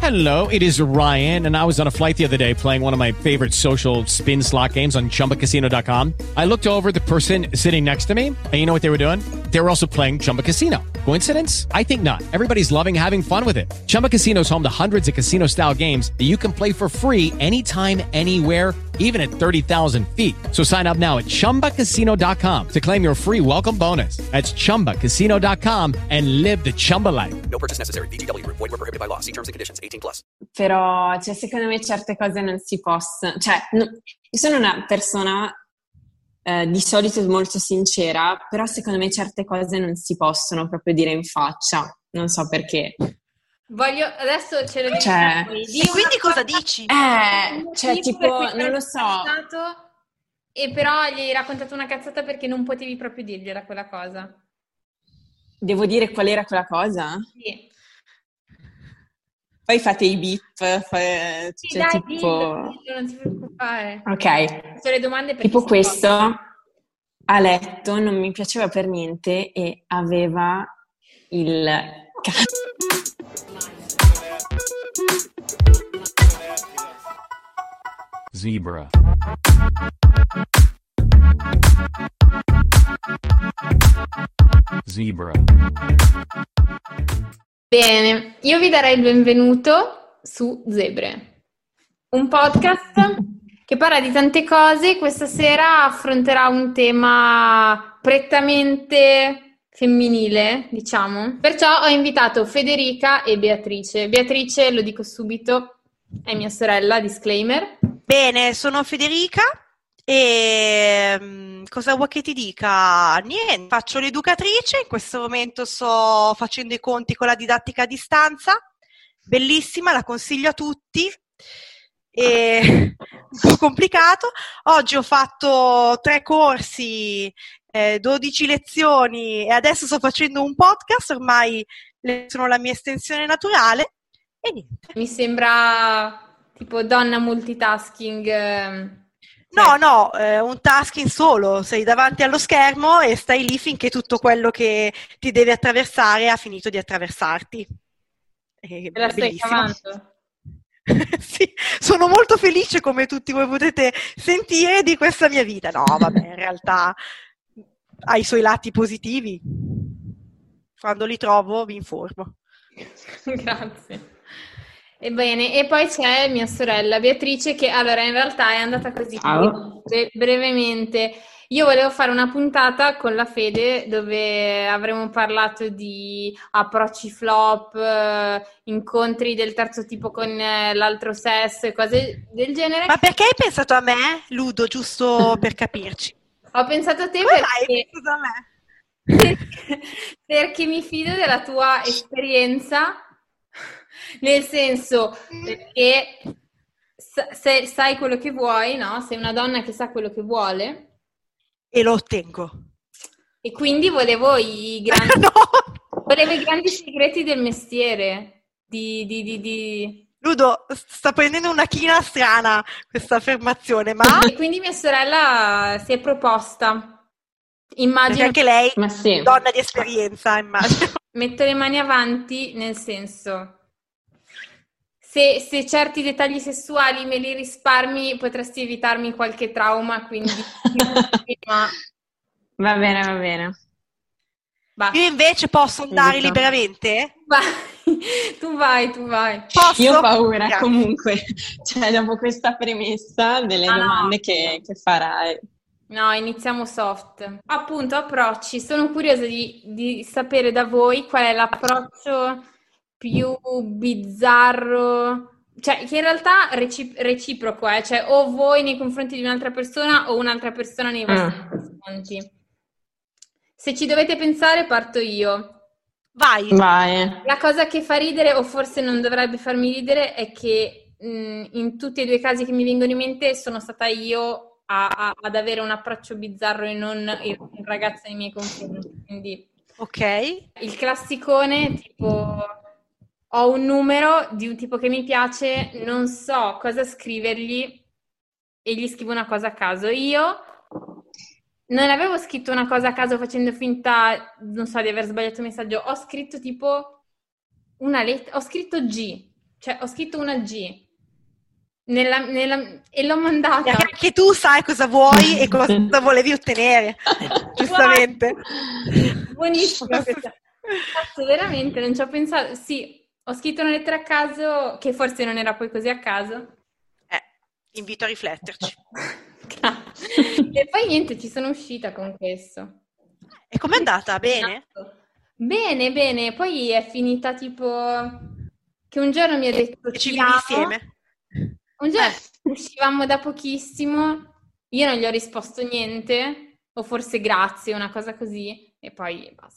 Hello, it is Ryan, and I was on a flight the other day playing one of my favorite social spin slot games on ChumbaCasino.com. I looked over at the person sitting next to me, and you know what they were doing? They were also playing Chumba Casino. Coincidence? I think not. Everybody's loving having fun with it. Chumba Casino is home to hundreds of casino-style games that you can play for free anytime, anywhere, even at 30,000 feet. So sign up now at ChumbaCasino.com to claim your free welcome bonus. That's ChumbaCasino.com and live the Chumba life. No purchase necessary. VGW. Void were prohibited by law. See terms and conditions. 18+. Però, cioè, secondo me certe cose non si possono... Cioè, io sono una persona di solito molto sincera, però secondo me certe cose non si possono proprio dire in faccia. Non so perché. Adesso ce lo dico. Cioè, e quindi cosa dici? Cioè, tipo, non lo so. E però gli hai raccontato una cazzata perché non potevi proprio dirgliela quella cosa. Devo dire qual era quella cosa? Sì. Poi fate i beep, Sì, cioè, dai, tipo... dillo, non ti preoccupare. Ok. Faccio le domande perché Tipo questo, a letto non mi piaceva per niente e aveva il Zebra. Zebra. Bene, io vi darei il benvenuto su Zebre, un podcast che parla di tante cose. Questa sera affronterà un tema prettamente femminile, diciamo. Perciò ho invitato Federica e Beatrice. Beatrice, lo dico subito, è mia sorella, disclaimer. Bene, sono Federica e cosa vuoi che ti dica? Niente, faccio l'educatrice, in questo momento sto facendo i conti con la didattica a distanza, bellissima, la consiglio a tutti, e un po' complicato. Oggi ho fatto 3 corsi, 12 lezioni e adesso sto facendo un podcast, ormai sono la mia estensione naturale e niente. Mi sembra tipo donna multitasking. No, un tasking solo, sei davanti allo schermo e stai lì finché tutto quello che ti deve attraversare ha finito di attraversarti. Te la stai cavando? Sì, sono molto felice, come tutti voi potete sentire, di questa mia vita. No, vabbè, in realtà ha i suoi lati positivi. Quando li trovo vi informo. Grazie. Ebbene, e poi c'è mia sorella Beatrice che allora in realtà è andata così brevemente. Io volevo fare una puntata con la Fede dove avremmo parlato di approcci flop, incontri del terzo tipo con l'altro sesso e cose del genere. Ma perché hai pensato a me, Ludo, giusto per capirci? Ho pensato a te Hai pensato a me? perché mi fido della tua esperienza. Nel senso che sai quello che vuoi, no? Sei una donna che sa quello che vuole. E lo ottengo. E quindi volevo i grandi, No! volevo i grandi segreti del mestiere. Ludo, sta prendendo una china strana questa affermazione, ma... E quindi mia sorella si è proposta. Immagino Perché anche lei, Ma sì. donna di esperienza, immagino. metto le mani avanti, nel senso... Se certi dettagli sessuali me li risparmi, potresti evitarmi qualche trauma, quindi... Va bene. Basta. Io invece posso andare Evito. liberamente? Tu vai. Posso? Io ho paura Grazie. comunque, cioè dopo questa premessa delle domande che farai. No, iniziamo soft. Appunto, approcci. Sono curiosa di sapere da voi qual è l'approccio più bizzarro, cioè che in realtà reciproco è, cioè o voi nei confronti di un'altra persona o un'altra persona nei vostri confronti. Se ci dovete pensare, parto io. Vai. La cosa che fa ridere, o forse non dovrebbe farmi ridere, è che in tutti e 2 i casi che mi vengono in mente sono stata io ad avere un approccio bizzarro e non il ragazzo nei miei confronti. Quindi Ok. il classicone, tipo ho un numero di un tipo che mi piace, non so cosa scrivergli e gli scrivo una cosa a caso. Io non avevo scritto una cosa a caso facendo finta, non so, di aver sbagliato il messaggio. Ho scritto tipo una lettera, ho scritto G. cioè ho scritto una G e l'ho mandata. Perché anche tu sai cosa vuoi e cosa volevi ottenere, giustamente. Buonissima questa. Cazzo, veramente, non ci ho pensato. Sì, ho scritto una lettera a caso, che forse non era poi così a caso. Invito a rifletterci. E poi niente, ci sono uscita con questo. E com'è andata? Bene? Bene, bene. Poi è finita tipo che un giorno mi ha detto E ci ti vivi amo. insieme? Un giorno uscivamo da pochissimo, io non gli ho risposto niente, o forse grazie, una cosa così, e poi basta.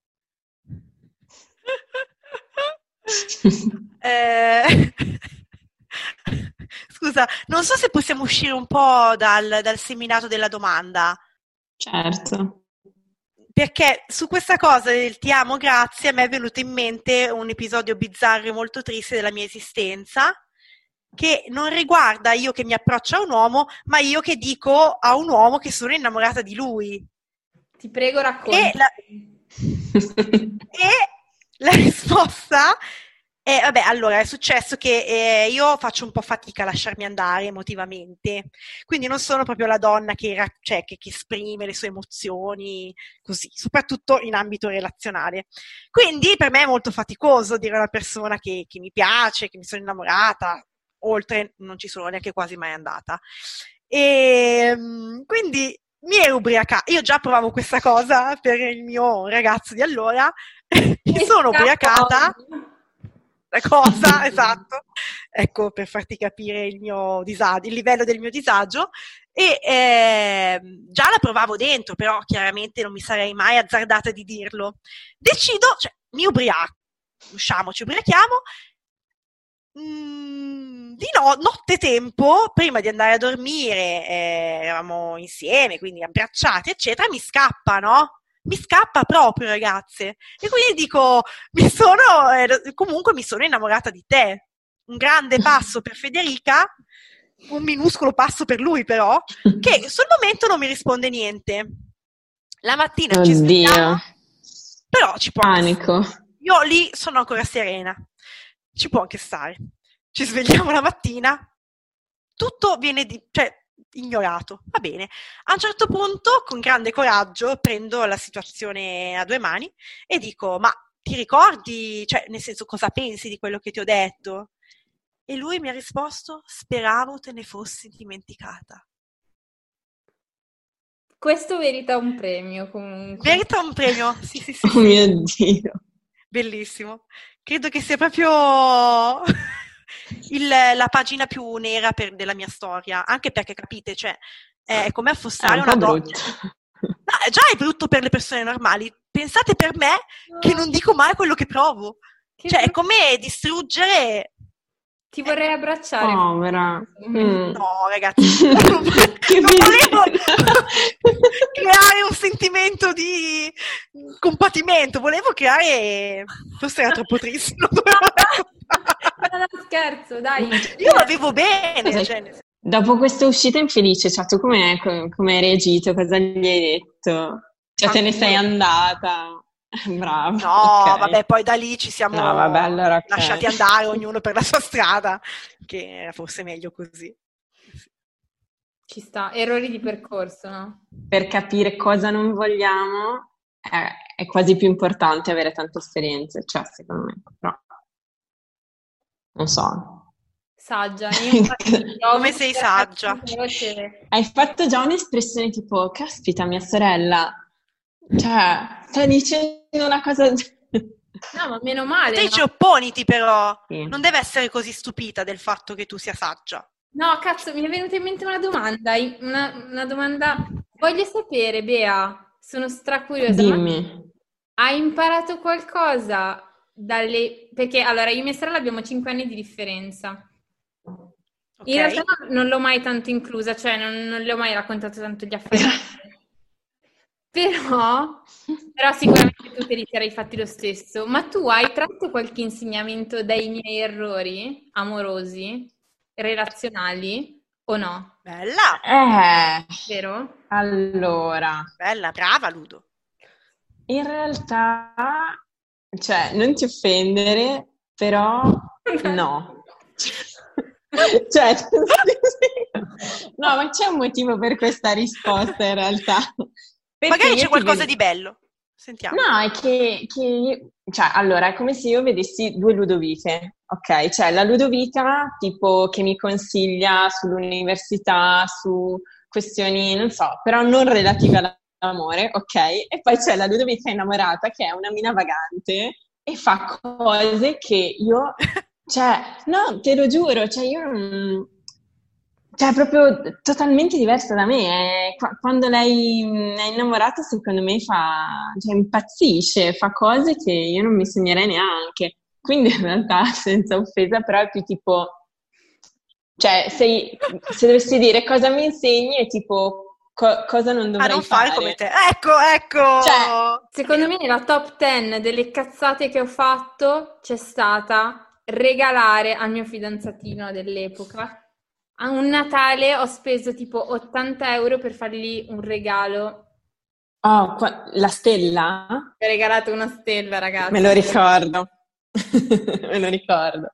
Scusa, non so se possiamo uscire un po' dal seminato della domanda. Certo. Perché su questa cosa del ti amo, grazie, a me è venuto in mente un episodio bizzarro e molto triste della mia esistenza, che non riguarda io che mi approccio a un uomo, ma io che dico a un uomo che sono innamorata di lui. Ti prego, racconta. E la risposta è, vabbè, allora è successo che io faccio un po' fatica a lasciarmi andare emotivamente, quindi non sono proprio la donna che esprime le sue emozioni così, soprattutto in ambito relazionale. Quindi per me è molto faticoso dire a una persona che mi piace, che mi sono innamorata, oltre non ci sono neanche quasi mai andata. E quindi mi ero ubriacata, io già provavo questa cosa per il mio ragazzo di allora, mi sono ubriacata, la cosa, esatto, ecco, per farti capire il mio disagio, il livello del mio disagio, e già la provavo dentro, però chiaramente non mi sarei mai azzardata di dirlo. Decido, cioè, mi ubriaco, usciamo, ci ubriachiamo, di nottetempo, prima di andare a dormire, eravamo insieme, quindi abbracciati, eccetera, mi scappa, no? Mi scappa proprio, ragazze. E quindi dico, comunque mi sono innamorata di te. Un grande passo per Federica, un minuscolo passo per lui però, che sul momento non mi risponde niente. La mattina ci svegliamo, però ci può Panico. io lì sono ancora serena. Ci può anche stare. Ci svegliamo la mattina, tutto viene ignorato, va bene. A un certo punto, con grande coraggio, prendo la situazione a due mani e dico, ma ti ricordi, cioè, nel senso, cosa pensi di quello che ti ho detto? E lui mi ha risposto, speravo te ne fossi dimenticata. Questo merita un premio, comunque. Merita un premio, sì. Oh mio Dio. Bellissimo. Credo che sia proprio la pagina più nera della mia storia, anche perché capite, cioè, è come affossare una donna. No, già è brutto per le persone normali. Pensate per me che non dico mai quello che provo. Cioè, è come distruggere. Ti vorrei abbracciare. Povera. No, ragazzi, non volevo creare un sentimento di compatimento, volevo creare. Forse era troppo triste, non dovevo No, scherzo, dai. Io l'avevo bene. Cioè. Dopo questa uscita infelice, cioè, tu come hai reagito? Cosa gli hai detto? Cioè, te ne sei andata? Bravo. No, okay. Vabbè, poi da lì ci siamo allora, okay. lasciati andare, ognuno per la sua strada, che era forse meglio così. Ci sta, errori di percorso, no? Per capire cosa non vogliamo è quasi più importante avere tante esperienze, cioè, secondo me. Però, non so. Saggia. Come sei saggia? Hai fatto già un'espressione tipo, caspita, mia sorella, cioè, sta dicendo una cosa. No, ma meno male. Te ci opponiti però, Sì. Non deve essere così stupita del fatto che tu sia saggia. No, cazzo, mi è venuta in mente una domanda, una domanda. Voglio sapere, Bea, sono stracuriosa. Dimmi. Hai imparato qualcosa perché allora io e mia sorella abbiamo 5 anni di differenza. Okay. In realtà non l'ho mai tanto inclusa, cioè non le ho mai raccontato tanto gli affari. Però sicuramente tu te li sarei fatti lo stesso. Ma tu hai tratto qualche insegnamento dai miei errori amorosi, relazionali o no? Bella! Vero? Allora. Bella, brava Ludo. In realtà, cioè, non ti offendere, però No. Cioè, no, ma c'è un motivo per questa risposta in realtà. Perché Magari io c'è ti qualcosa vedo- di bello. Sentiamo. No, è cioè, allora, è come se io vedessi due Ludoviche, ok? Cioè, la Ludovica, tipo, che mi consiglia sull'università, su questioni, non so, però non relative all'amore, ok? E poi c'è la Ludovica innamorata, che è una mina vagante e fa cose che io, cioè, no, te lo giuro, cioè, io non... Cioè, è proprio totalmente diversa da me. Quando lei è innamorata, secondo me cioè, impazzisce, fa cose che io non mi sognerei neanche. Quindi in realtà, senza offesa, però è più tipo, cioè, se dovessi dire cosa mi insegni, è tipo cosa non A dovrei non fare come fare. te. Ecco! Cioè, Secondo me nella top 10 delle cazzate che ho fatto c'è stata regalare al mio fidanzatino dell'epoca. A un Natale ho speso tipo 80 euro per fargli un regalo. oh, la stella? Ho regalato una stella, ragazzi. Me lo ricordo. Me lo ricordo.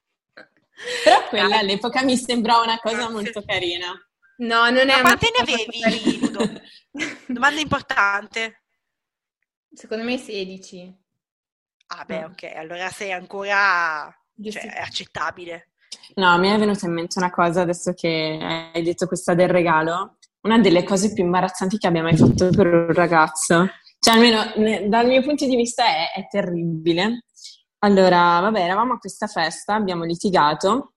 Però quella all'epoca mi sembrava una cosa Grazie. molto carina. No, non è Ma una quante ne cosa avevi, Ludo? Domanda importante. Secondo me 16. Ah beh, ok, allora sei ancora... Giusto. cioè, è accettabile. No, mi è venuta in mente una cosa adesso che hai detto questa del regalo. Una delle cose più imbarazzanti che abbia mai fatto per un ragazzo. Cioè, almeno dal mio punto di vista è terribile. Allora, vabbè, eravamo a questa festa, abbiamo litigato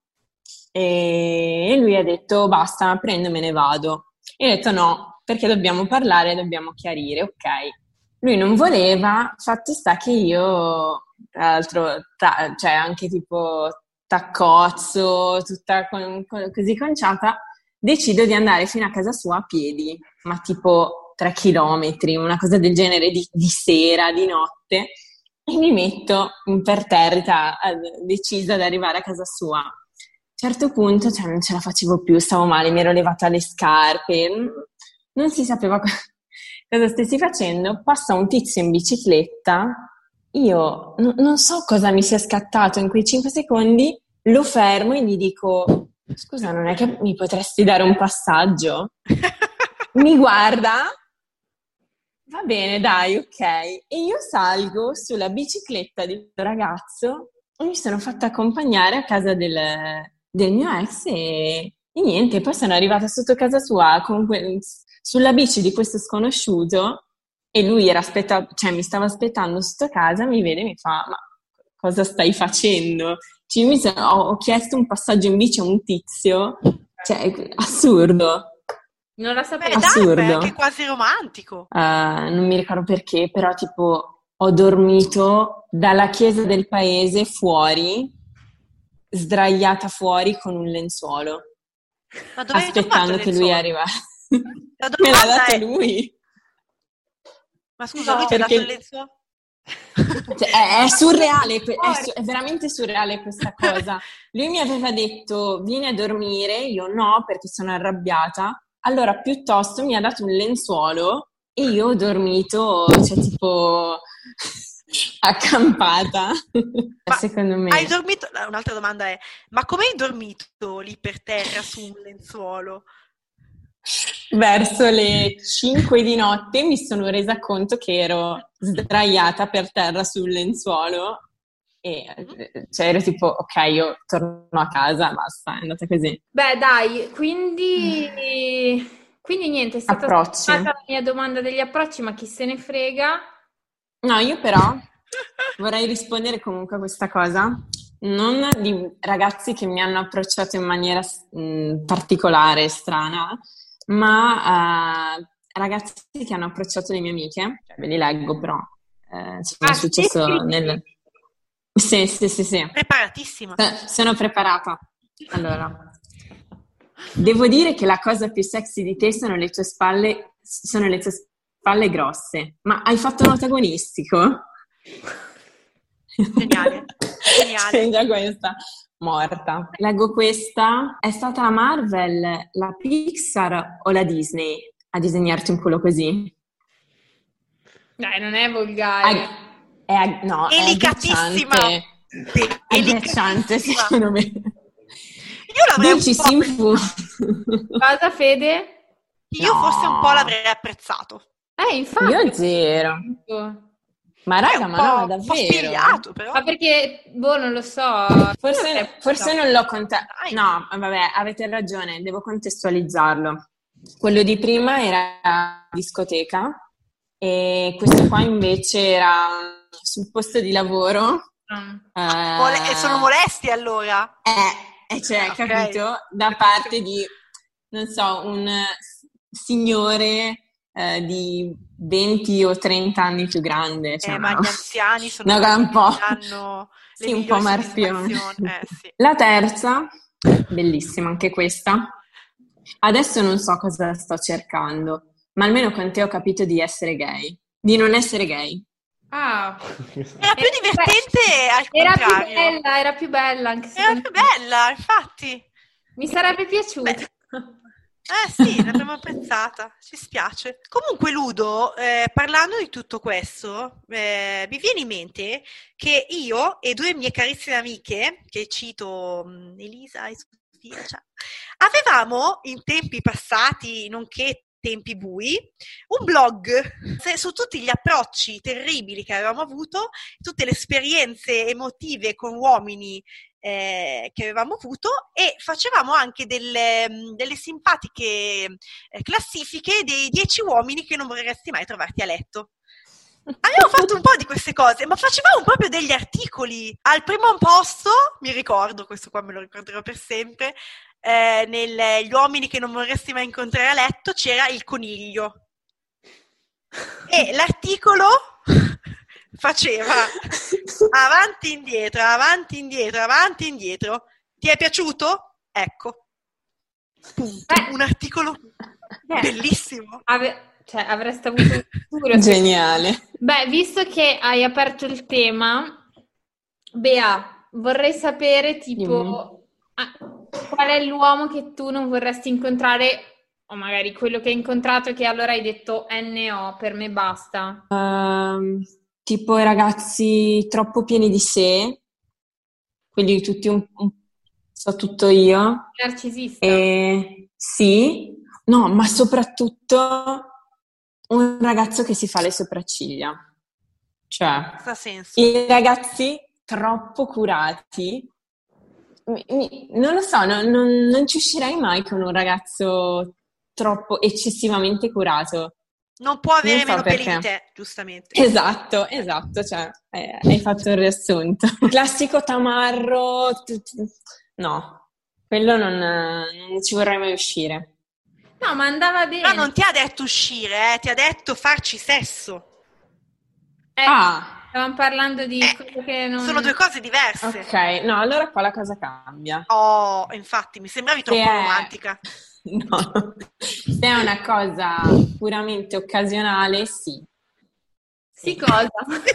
e lui ha detto basta, prendo e me ne vado. Io ho detto no, perché dobbiamo parlare, dobbiamo chiarire, ok. Lui non voleva, fatto sta che io, tra l'altro, cioè anche tipo taccozzo, tutta così conciata, decido di andare fino a casa sua a piedi, ma tipo 3 chilometri, una cosa del genere di sera, di notte, e mi metto imperterrita, decisa ad arrivare a casa sua. A un certo punto, cioè, non ce la facevo più, stavo male, mi ero levata le scarpe, non si sapeva cosa stessi facendo. Passa un tizio in bicicletta, io non so cosa mi sia scattato in quei 5 secondi, lo fermo e gli dico: scusa, non è che mi potresti dare un passaggio? Mi guarda, va bene, dai, ok. E io salgo sulla bicicletta di questo ragazzo e mi sono fatta accompagnare a casa del mio ex e niente, poi sono arrivata sotto casa sua sulla bici di questo sconosciuto e lui era cioè mi stava aspettando sotto casa, mi vede e mi fa: ma cosa stai facendo? Ho chiesto un passaggio in bici a un tizio, cioè assurdo. Non la Beh, sapevo. dai, Assurdo. è anche quasi romantico. Non mi ricordo perché, però tipo ho dormito dalla chiesa del paese fuori, sdraiata fuori con un lenzuolo, Ma dove hai trovato aspettando il che lui lenzuolo? arrivasse. La Me l'ha domanda dato è... lui. Ma scusa, No, lui ti ha dato perché- il lenzuolo? Cioè, è surreale, è veramente surreale questa cosa. Lui mi aveva detto: vieni a dormire, io no, perché sono arrabbiata. Allora, piuttosto mi ha dato un lenzuolo e io ho dormito, cioè, tipo, accampata. Ma Secondo me. hai dormito... Un'altra domanda è, ma come hai dormito lì per terra su un lenzuolo? Verso le 5 di notte mi sono resa conto che ero sdraiata per terra sul lenzuolo e cioè ero tipo ok, io torno a casa, basta, è andata così. Beh, dai, quindi niente, è stata Approcci. scontata la mia domanda degli approcci, ma chi se ne frega? No, io però vorrei rispondere comunque a questa cosa, non di ragazzi che mi hanno approcciato in maniera particolare, strana, ma ragazzi che hanno approcciato le mie amiche, ve li leggo però, è successo nel... Sì. Preparatissima. Sono preparata. Allora, devo dire che la cosa più sexy di te sono le tue spalle grosse, ma hai fatto nota agonistico? Geniale. C'è già questa morta. Leggo questa. È stata la Marvel, la Pixar o la Disney a disegnarti un culo così? Dai, non è volgare. No, è Delicatissima. agghiacciante. agghiacciante, secondo me. Io l'avrei Dici un po' Sinfu. Cosa, Fede? Io forse un po' l'avrei apprezzato. Infatti. Io zero. Ma È raga, un ma po', no, un po' davvero? spigliato, però. Ma perché, non lo so. Forse non l'ho contato. Dai. No, vabbè, avete ragione, devo contestualizzarlo. Quello di prima era discoteca e questo qua invece era sul posto di lavoro. Sono molesti allora? Cioè, Ok. capito? Da parte di, non so, un signore di 20 o 30 anni più grande. Cioè, Ma gli anziani sono un po'. hanno le Sì, un migliori po' marpione. soddisfazioni. Sì. La terza, bellissima anche questa. Adesso non so cosa sto cercando, ma almeno con te ho capito di essere gay, di non essere gay. Ah, Era più divertente al contrario. Era più bella anche se Era più bella, infatti. mi sarebbe piaciuta. Beh, sì, l'avremmo apprezzata, ci spiace. Comunque, Ludo, parlando di tutto questo, mi viene in mente che io e due mie carissime amiche, che cito Elisa e Sofia, cioè, avevamo in tempi passati, nonché tempi bui, un blog su tutti gli approcci terribili che avevamo avuto, tutte le esperienze emotive con uomini che avevamo avuto, e facevamo anche delle simpatiche classifiche dei 10 uomini che non vorresti mai trovarti a letto. Abbiamo fatto un po' di queste cose, ma facevamo proprio degli articoli. Al primo posto, mi ricordo, questo qua me lo ricorderò per sempre, negli uomini che non vorresti mai incontrare a letto c'era il coniglio. E l'articolo faceva avanti, indietro, avanti, indietro, avanti, indietro. Ti è piaciuto? Ecco. Punto. Un articolo bellissimo. Cioè, avreste avuto un futuro. Geniale. Beh, visto che hai aperto il tema, Bea, vorrei sapere tipo qual è l'uomo che tu non vorresti incontrare, o magari quello che hai incontrato e che allora hai detto NO, per me basta. Tipo i ragazzi troppo pieni di sé, quelli tutti so tutto io. Narcisista. Sì, no, ma soprattutto un ragazzo che si fa le sopracciglia. Cioè, Cosa ha senso? i ragazzi troppo curati, non lo so, non ci uscirei mai con un ragazzo troppo eccessivamente curato. Non può avere Non so meno peli perché. di te, giustamente. Esatto, cioè, hai fatto il riassunto. Classico tamarro, no, quello non ci vorrei mai uscire. No, ma andava bene. Ma non ti ha detto uscire, ti ha detto farci sesso. Stavamo parlando di quello che non... Sono due cose diverse. Ok, no, allora qua la cosa cambia. Oh, infatti, mi sembravi troppo romantica. No, se è una cosa puramente occasionale, sì. Sì, cosa?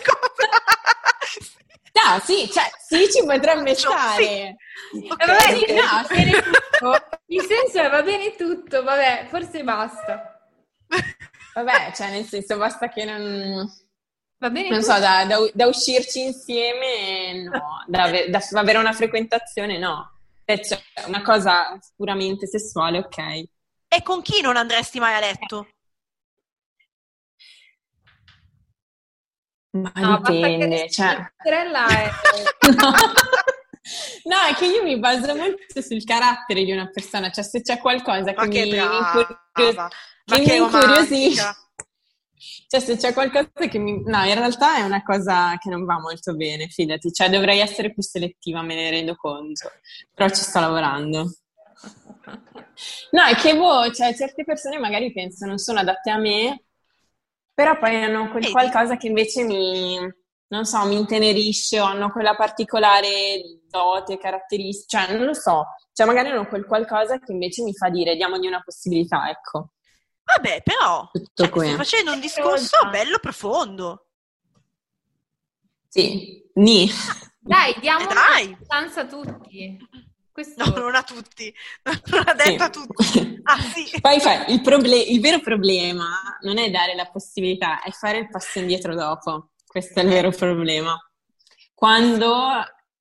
No, sì, cioè, sì, ci potrebbe stare. Sì. Okay, vabbè, sì, no, va bene tutto. Il senso è va bene tutto, vabbè, forse basta. Vabbè, cioè, nel senso, basta che non... Va bene Non tutto. so, da uscirci insieme, no. Da avere una frequentazione, no. Se c'è una cosa puramente sessuale, ok. E con chi non andresti mai a letto? Ma No, dipende, basta che cioè... sorella è... No, è che io mi baso molto sul carattere di una persona, cioè se c'è qualcosa che Ma che mi brava! Ma che che mi incuriosisce, romantica! cioè se c'è qualcosa che mi... No, in realtà è una cosa che non va molto bene, fidati, cioè dovrei essere più selettiva, me ne rendo conto, però ci sto lavorando. No, è che cioè certe persone magari pensano non sono adatte a me, però poi hanno quel qualcosa che invece non so, mi intenerisce o hanno quella particolare dote, caratteristica, cioè non lo so, cioè magari hanno quel qualcosa che invece mi fa dire diamogli una possibilità, ecco. Vabbè, però, Tutto qui. stai facendo un discorso bello profondo. Sì, Dai, diamo Dai. una stanza a tutti. Questo... No, non a tutti. Non ha detto a tutti. Ah, sì. Poi il vero problema non è dare la possibilità, è fare il passo indietro dopo. Questo è il vero problema. Quando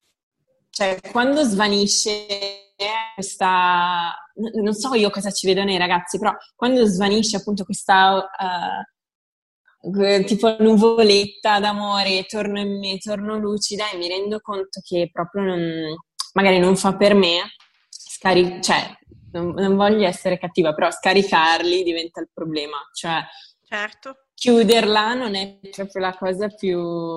cioè, quando svanisce questa, non so io cosa ci vedo nei ragazzi, però quando svanisce appunto questa tipo nuvoletta d'amore, torno in me, torno lucida e mi rendo conto che proprio magari non fa per me, cioè, non voglio essere cattiva, però scaricarli diventa il problema, cioè Certo. chiuderla non è proprio la cosa più,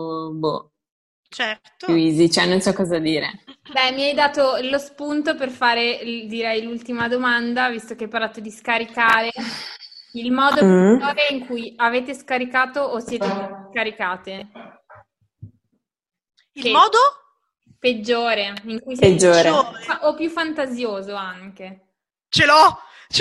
Certo. più easy, cioè non so cosa dire. Beh, mi hai dato lo spunto per fare, direi, l'ultima domanda, visto che hai parlato di scaricare. Il modo peggiore in cui avete scaricato o siete scaricate? Il modo? Peggiore, in cui siete Peggiore. o più fantasioso anche. Ce l'ho,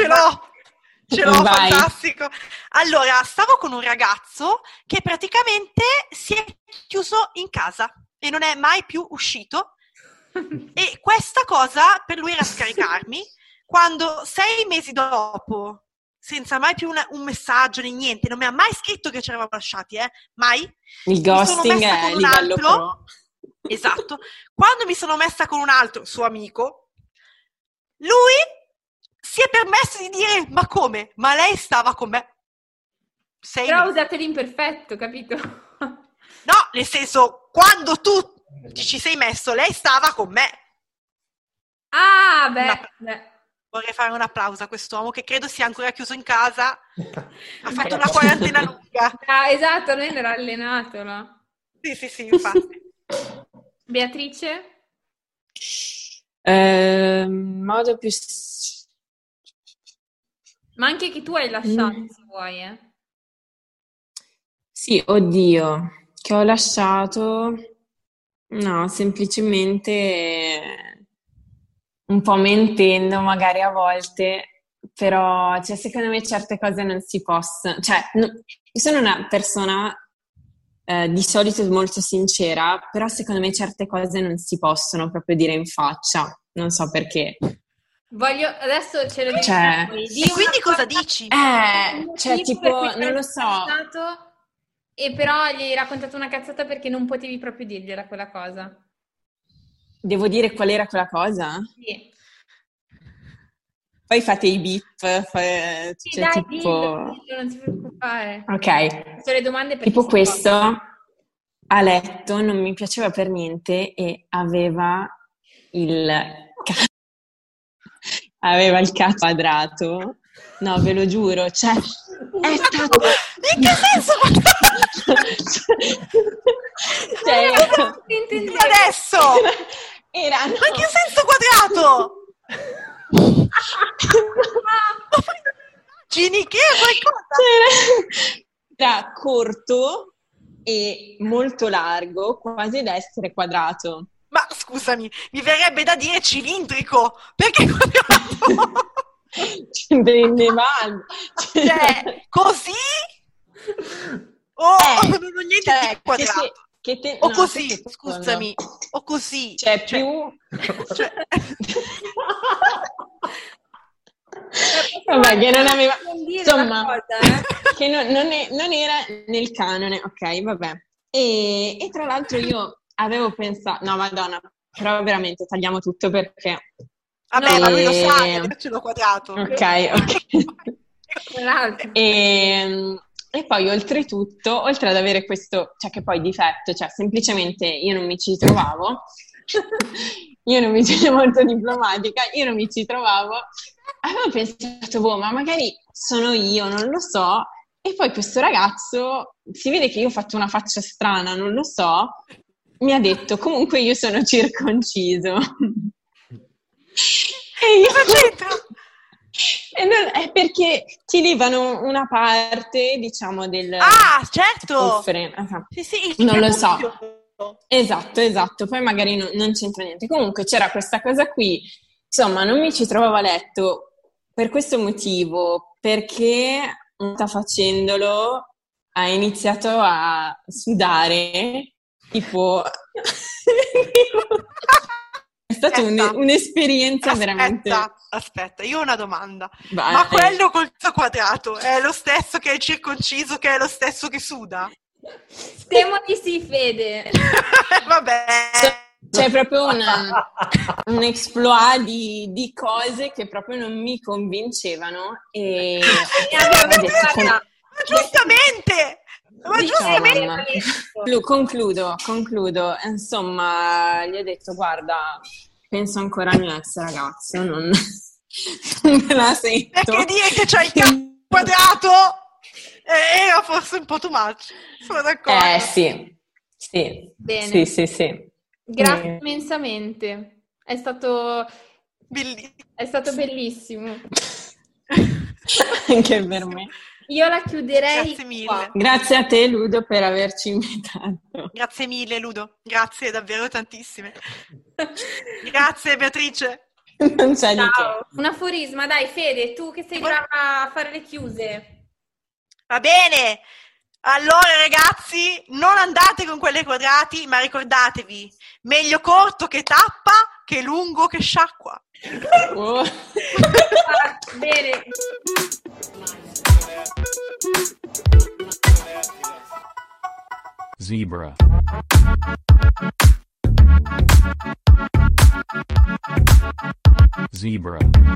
Vai. fantastico. Allora, stavo con un ragazzo che praticamente si è chiuso in casa e non è mai più uscito. E questa cosa per lui era scaricarmi quando 6 mesi dopo, senza mai più un messaggio né niente, non mi ha mai scritto che ci eravamo lasciati, mai. Il ghosting è con un livello altro, pro. esatto, quando mi sono messa con un altro suo amico, lui si è permesso di dire: ma come? Ma lei stava con me? Però usate l'imperfetto, capito? No, nel senso, quando tu ti ci sei messo, lei stava con me. Ah, beh. Vorrei fare un applauso a quest'uomo che credo sia ancora chiuso in casa. Ha fatto una quarantena lunga. Ah, esatto, non era allenato, no? Sì, infatti. Beatrice? Modo più... Ma anche che tu hai lasciato, se vuoi, Sì, oddio, che ho lasciato... No, semplicemente un po' mentendo magari a volte, però cioè, secondo me certe cose non si possono... Cioè, io sono una persona di solito molto sincera, però secondo me certe cose non si possono proprio dire in faccia, non so perché. Adesso ce lo dico. Cioè, E quindi cosa dici? Cioè tipo, non lo so. E però gli hai raccontato una cazzata perché non potevi proprio dirgliela quella cosa. Devo dire qual era quella cosa? Sì. Poi fate i beep, Sì, cioè dai, tipo... dillo, non ti preoccupare. Ok. Faccio le domande perché Tipo questo, a letto, non mi piaceva per niente e aveva aveva il cazzo quadrato. No, ve lo giuro, cioè... È stato... In che senso? Cioè, Adesso! era... Ma in che senso quadrato? Immagini che è qualcosa? Era corto e molto largo, quasi ad essere quadrato. Ma scusami, mi verrebbe da dire cilindrico, perché quadrato? Cioè, così? Non ho niente di quadrato. O no, così, scusami, o così. Cioè, più... Vabbè, che non aveva... Insomma, che non era nel canone, ok, vabbè. E tra l'altro io avevo pensato... No, Madonna, però veramente tagliamo tutto perché... Vabbè, ma lui lo sa, ce l'ho quadrato. Ok. E poi oltretutto, oltre ad avere questo, cioè che poi difetto, cioè semplicemente io non mi ci trovavo, molto diplomatica, io non mi ci trovavo, avevo pensato, ma magari sono io, non lo so, e poi questo ragazzo, si vede che io ho fatto una faccia strana, non lo so, mi ha detto, comunque io sono circonciso. E io c'entro? È perché ti levano una parte, diciamo, del... Ah, certo! Sì, non lo so. Esatto. Poi magari non c'entra niente. Comunque c'era questa cosa qui. Insomma, non mi ci trovavo a letto per questo motivo, perché sta facendolo, ha iniziato a sudare, tipo... È stata un'esperienza veramente... Aspetta, io ho una domanda. Vai. Ma quello col quadrato è lo stesso che è circonciso, che è lo stesso che suda? Temo di sì, Fede. Vabbè. C'è proprio un exploit di cose che proprio non mi convincevano e giustamente! Ma giustamente! Concludo. Insomma, gli ho detto, guarda, penso ancora al mio ex ragazzo, non me la sento. Perché dire che c'hai il capo quadrato era forse un po' too much. Sono d'accordo. Sì. Bene. Sì. Grazie immensamente. È stato bellissimo. Anche per me. Io la chiuderei. Grazie mille. Qua. Grazie a te, Ludo, per averci invitato. Grazie mille, Ludo. Grazie davvero tantissime. Grazie, Beatrice. Non c'è di che. Ciao. Un aforisma, dai, Fede, tu che sei brava a fare le chiuse. Va bene. Allora, ragazzi, non andate con quelle quadrati, ma ricordatevi, meglio corto che tappa che lungo che sciacqua. Oh. Bene. Zebra. Zebra.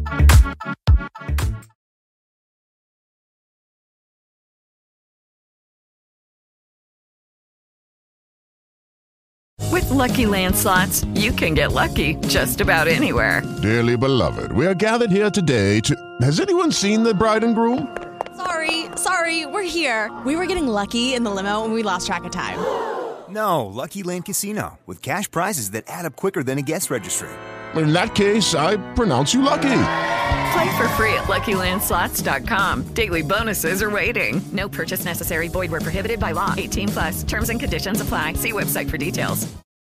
With Lucky Land Slots, you can get lucky just about anywhere. Dearly beloved, we are gathered here today to... Has anyone seen the bride and groom? Sorry, we're here. We were getting lucky in the limo and we lost track of time. No, Lucky Land Casino, with cash prizes that add up quicker than a guest registry. In that case, I pronounce you lucky. Play for free at LuckyLandSlots.com. Daily bonuses are waiting. No purchase necessary. Void where prohibited by law. 18+. Terms and conditions apply. See website for details.